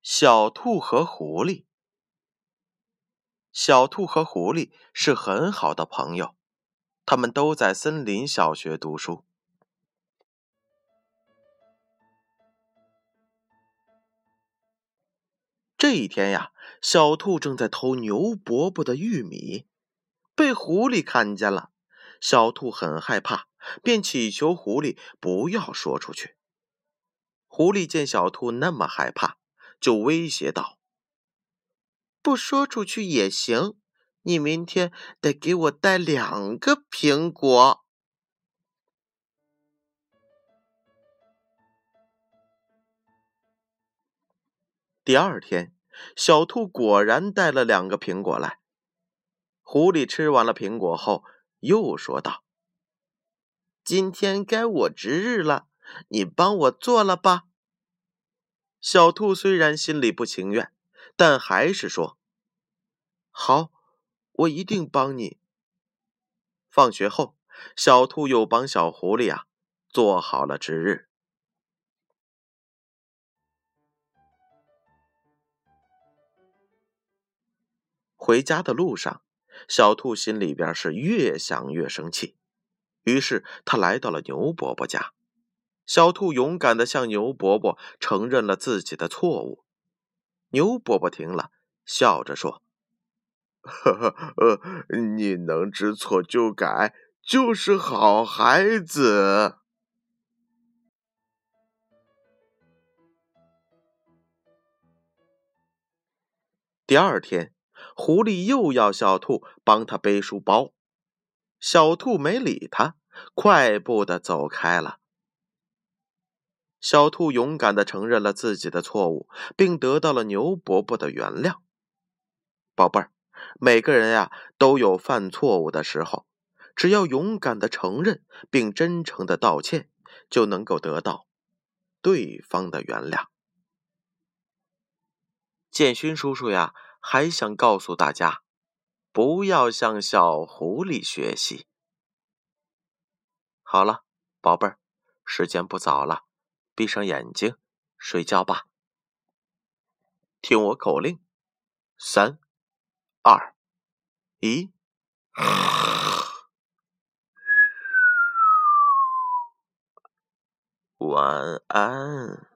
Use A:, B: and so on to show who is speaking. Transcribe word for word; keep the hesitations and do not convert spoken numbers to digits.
A: 小兔和狐狸。小兔和狐狸是很好的朋友，他们都在森林小学读书。这一天呀，小兔正在偷牛伯伯的玉米，被狐狸看见了。小兔很害怕，便祈求狐狸不要说出去。狐狸见小兔那么害怕，就威胁道：不说出去也行，你明天得给我带两个苹果。第二天，小兔果然带了两个苹果来。狐狸吃完了苹果后，又说道：今天该我值日了，你帮我做了吧。小兔虽然心里不情愿，但还是说：好，我一定帮你。放学后，小兔又帮小狐狸啊做好了值日。回家的路上，小兔心里边是越想越生气，于是他来到了牛伯伯家。小兔勇敢地向牛伯伯承认了自己的错误。牛伯伯听了，笑着说：呵呵呃，你能知错就改，就是好孩子。第二天，狐狸又要小兔帮他背书包，小兔没理他，快步地走开了。小兔勇敢地承认了自己的错误，并得到了牛伯伯的原谅。宝贝儿，每个人呀都有犯错误的时候，只要勇敢地承认并真诚地道歉，就能够得到对方的原谅。建勋叔叔呀，还想告诉大家，不要向小狐狸学习。好了，宝贝儿，时间不早了，闭上眼睛睡觉吧。听我口令：三、二、一，晚安。